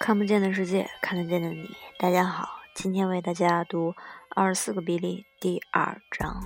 看不见的世界，看得见的你。大家好，今天为大家读24个比例第2章。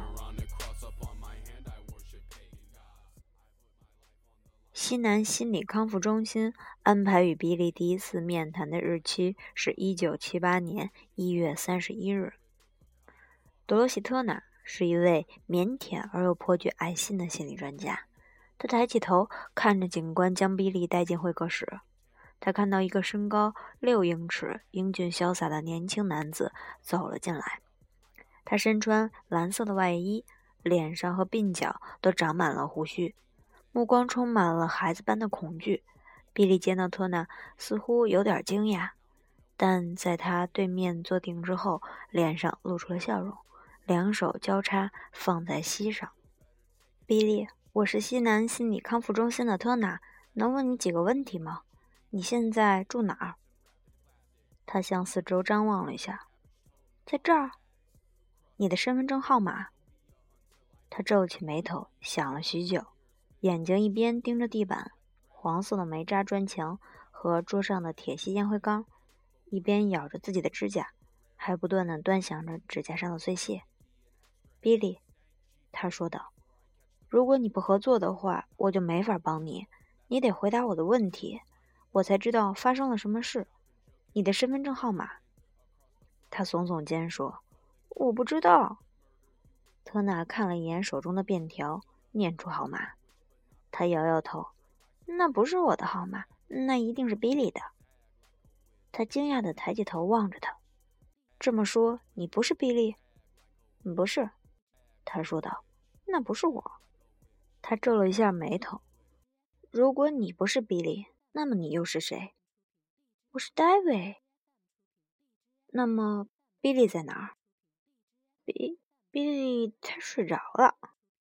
西南心理康复中心安排与比利第一次面谈的日期是1978年1月31日。多罗西特纳是一位腼腆而又颇具爱心的心理专家。他抬起头看着警官将比利带进会客室。他看到一个身高6英尺、英俊潇洒的年轻男子走了进来。他身穿蓝色的外衣，脸上和鬓角都长满了胡须，目光充满了孩子般的恐惧。比利见到特纳似乎有点惊讶，但在他对面坐定之后，脸上露出了笑容，两手交叉放在膝上。比利，我是西南心理康复中心的特纳，能问你几个问题吗？你现在住哪儿？他向四周张望了一下。在这儿。你的身份证号码？他皱起眉头，想了许久，眼睛一边盯着地板、黄色的煤渣砖墙和桌上的铁锡烟灰缸，一边咬着自己的指甲，还不断地端详着指甲上的碎屑。比利，他说道，如果你不合作的话，我就没法帮你。你得回答我的问题，我才知道发生了什么事。你的身份证号码？他耸耸肩说，我不知道。特纳看了一眼手中的便条，念出号码。他摇摇头，那不是我的号码，那一定是比利的。他惊讶地抬起头望着他。这么说，你不是比利？不是，他说道。那不是我。他皱了一下眉头。如果你不是比利，那么你又是谁？我是戴维。那么比利在哪儿？比利他睡着了。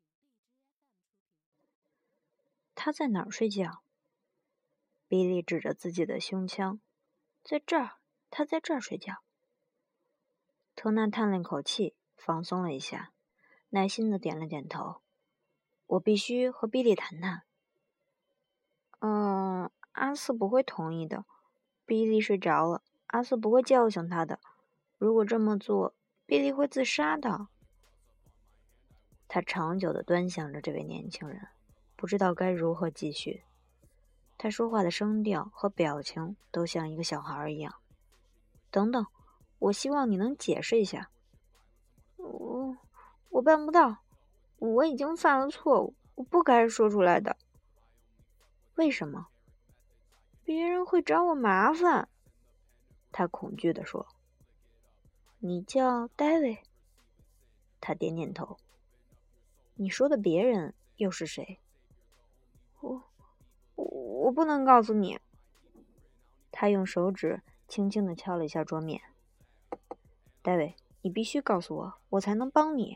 他在哪儿睡觉？比利指着自己的胸腔。在这儿，他在这儿睡觉。特纳叹了一口气，放松了一下，耐心地点了点头。我必须和比利谈谈。阿瑟不会同意的。比利睡着了，阿瑟不会叫醒他的。如果这么做，比利会自杀的。他长久地端详着这位年轻人，不知道该如何继续。他说话的声调和表情都像一个小孩一样。等等，我希望你能解释一下。我办不到，我已经犯了错误，我不该说出来的。为什么？别人会找我麻烦，他恐惧地说。你叫戴维？他点点头。你说的别人又是谁？我不能告诉你。他用手指轻轻地敲了一下桌面。戴维，你必须告诉我，我才能帮你。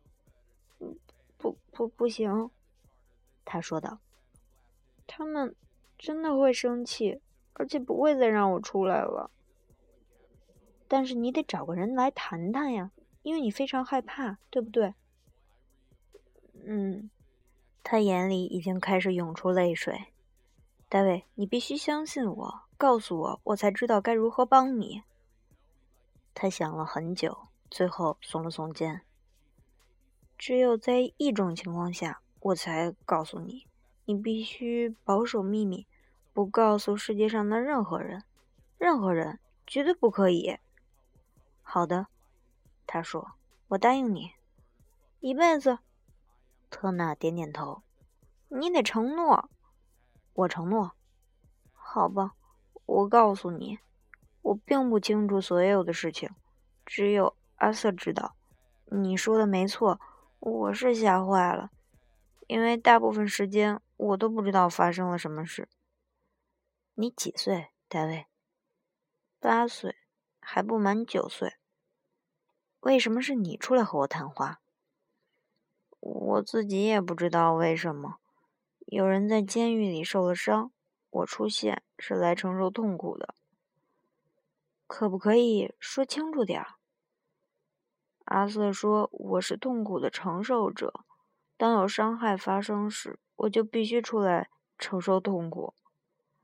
不行，他说道。他们真的会生气，而且不会再让我出来了。但是你得找个人来谈谈呀，因为你非常害怕，对不对？他眼里已经开始涌出泪水。戴维，你必须相信我，告诉我，我才知道该如何帮你。他想了很久，最后耸了耸肩。只有在一种情况下，我才告诉你，你必须保守秘密，不告诉世界上的任何人，绝对不可以。好的，他说，我答应你。一辈子？特纳点点头。你得承诺。我承诺。好吧，我告诉你，我并不清楚所有的事情，只有阿瑟知道。你说的没错，我是吓坏了，因为大部分时间我都不知道发生了什么事。你几岁，戴维？8岁，还不满9岁。为什么是你出来和我谈话？我自己也不知道为什么。有人在监狱里受了伤，我出现是来承受痛苦的。可不可以说清楚点儿？阿瑟说我是痛苦的承受者，当有伤害发生时，我就必须出来承受痛苦。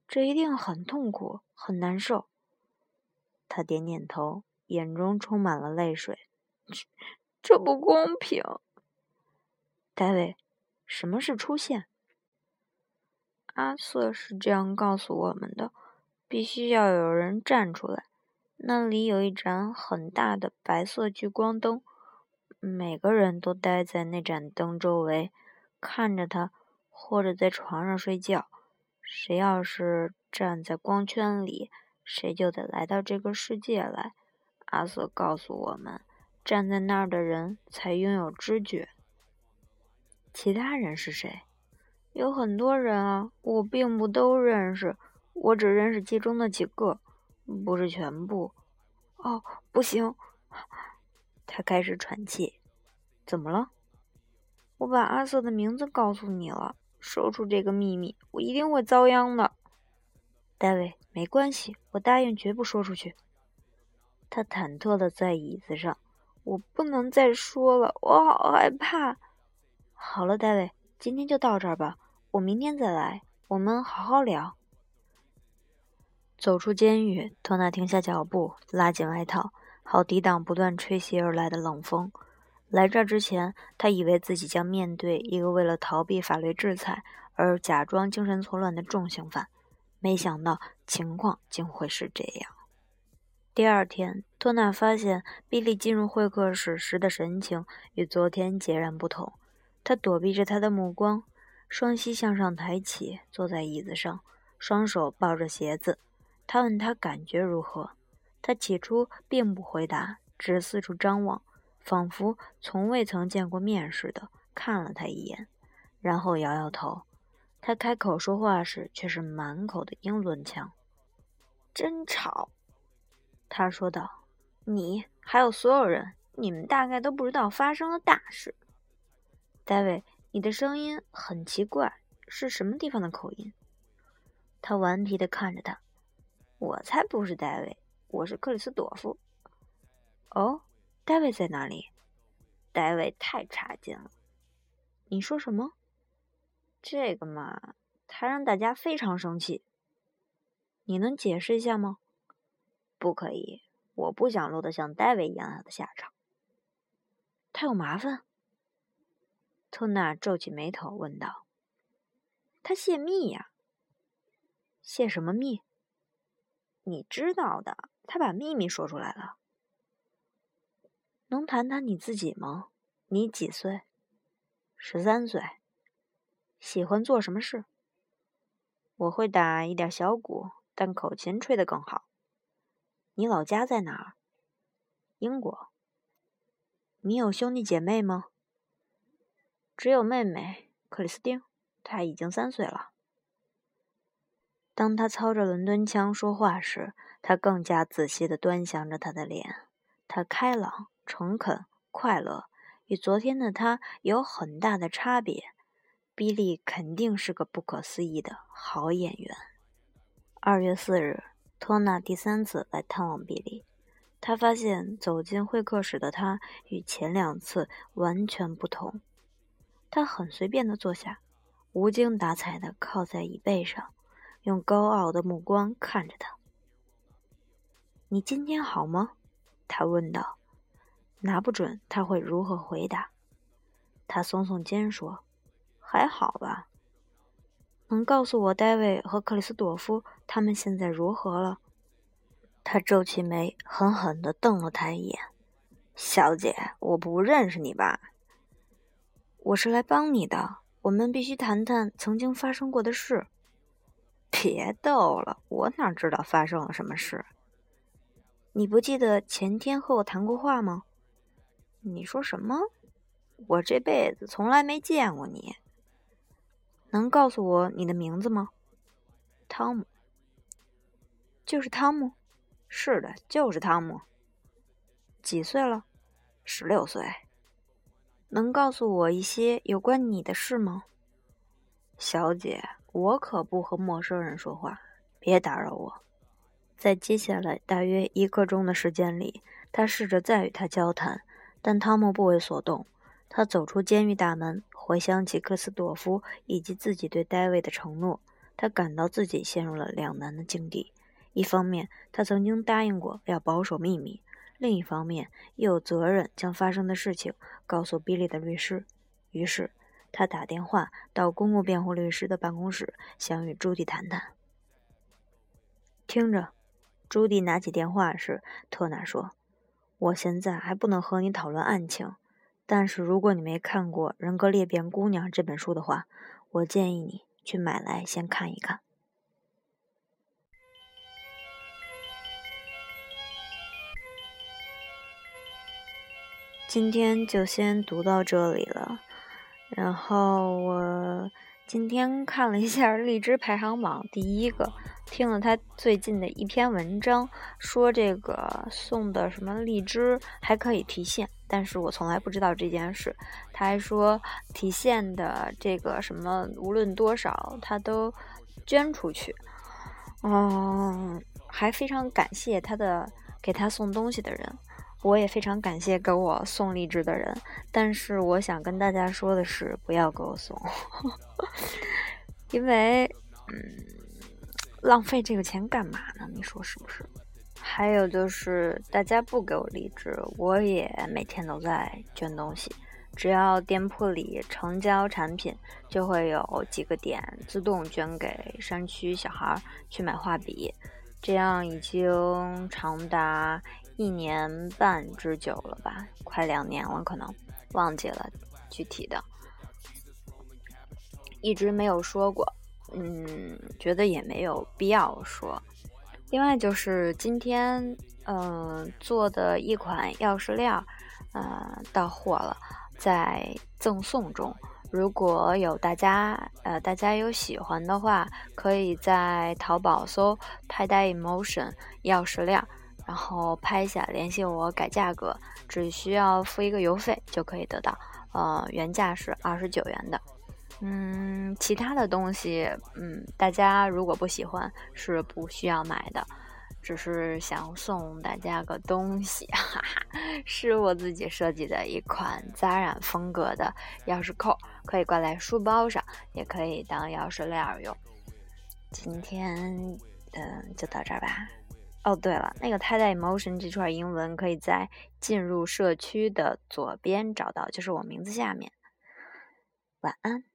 这一定很痛苦，很难受。他点点头，眼中充满了泪水。这不公平。戴维，什么是出现？阿瑟是这样告诉我们的，必须要有人站出来。那里有一盏很大的白色聚光灯，每个人都待在那盏灯周围，看着它，或者在床上睡觉。谁要是站在光圈里，谁就得来到这个世界来。阿瑟告诉我们，站在那儿的人才拥有知觉。其他人是谁？有很多人啊，我并不都认识，我只认识其中的几个，不是全部。哦，不行，他开始喘气。怎么了？我把阿瑟的名字告诉你了，说出这个秘密，我一定会遭殃的。戴维，没关系，我答应绝不说出去。他忐忑地在椅子上，我不能再说了，我好害怕。好了，戴维，今天就到这儿吧，我明天再来，我们好好聊。走出监狱，托纳停下脚步，拉紧外套，好抵挡不断吹袭而来的冷风。来这之前，他以为自己将面对一个为了逃避法律制裁而假装精神错乱的重刑犯，没想到情况竟会是这样。第二天，托纳发现比利进入会客室时的神情与昨天截然不同。他躲避着他的目光，双膝向上抬起，坐在椅子上，双手抱着鞋子。他问他感觉如何，他起初并不回答，只四处张望，仿佛从未曾见过面似的看了他一眼，然后摇摇头。他开口说话时却是满口的英伦腔。真吵，他说道，你还有所有人，你们大概都不知道发生了大事。戴维，你的声音很奇怪，是什么地方的口音？他顽皮地看着他。我才不是戴维，我是克里斯朵夫。哦，戴维在哪里？戴维太差劲了。你说什么？这个嘛，他让大家非常生气。你能解释一下吗？不可以，我不想落得像戴维一样的下场。他有麻烦？托纳皱起眉头问道。他泄密呀。泄什么密？你知道的，他把秘密说出来了。能谈谈你自己吗？你几岁？13岁。喜欢做什么事？我会打一点小鼓，但口琴吹得更好。你老家在哪儿？英国。你有兄弟姐妹吗？只有妹妹克里斯汀，她已经3岁了。当他操着伦敦腔说话时，他更加仔细地端详着他的脸。他开朗、诚恳、快乐，与昨天的他有很大的差别。比利肯定是个不可思议的好演员。2月4日，托纳第3次来探望比利。他发现走进会客室的他与前2次完全不同。他很随便地坐下，无精打采地靠在椅背上，用高傲的目光看着他。你今天好吗？他问道。拿不准他会如何回答。他耸耸肩说，还好吧。能告诉我戴维和克里斯朵夫他们现在如何了？他皱起眉，狠狠地瞪了他一眼。小姐，我不认识你吧？我是来帮你的，我们必须谈谈曾经发生过的事。别逗了，我哪知道发生了什么事？你不记得前天和我谈过话吗？你说什么？我这辈子从来没见过你。能告诉我你的名字吗？汤姆。就是汤姆？是的，就是汤姆。几岁了？16岁。能告诉我一些有关你的事吗？小姐，我可不和陌生人说话，别打扰我。在接下来大约1刻钟的时间里，他试着再与他交谈，但汤姆不为所动。他走出监狱大门，回想起克斯朵夫以及自己对戴维的承诺， 他感到自己陷入了两难的境地。一方面，他曾经答应过要保守秘密；另一方面，又有责任将发生的事情告诉比利的律师。于是，他打电话到公共辩护律师的办公室，想与朱迪谈谈。听着，朱迪拿起电话时，特纳说：“我现在还不能和你讨论案情，但是如果你没看过《人格裂变姑娘》这本书的话，我建议你去买来先看一看。”今天就先读到这里了。然后我今天看了一下荔枝排行榜第一个，听了他最近的一篇文章，说这个送的什么荔枝还可以提现，但是我从来不知道这件事。他还说提现的这个什么无论多少他都捐出去。还非常感谢给他送东西的人。我也非常感谢给我送荔枝的人，但是我想跟大家说的是，不要给我送，因为浪费这个钱干嘛呢？你说是不是？还有就是大家不给我荔枝，我也每天都在捐东西。只要店铺里成交产品，就会有几个点自动捐给山区小孩去买画笔，这样已经长达1年半之久了吧，快2年了，可能忘记了具体的，一直没有说过，觉得也没有必要说。另外就是今天做的一款钥匙链到货了，在赠送中。如果有大家有喜欢的话，可以在淘宝搜 tie-dye emotion 钥匙链，然后拍下联系我改价格，只需要付一个邮费就可以得到，原价是29元的。其他的东西，大家如果不喜欢是不需要买的，只是想送大家个东西，哈哈，是我自己设计的一款扎染风格的钥匙扣，可以挂在书包上，也可以当钥匙链用。今天就到这儿吧。哦，对了，那个 tie-dye emotion 这串英文可以在进入社区的左边找到，就是我名字下面。晚安。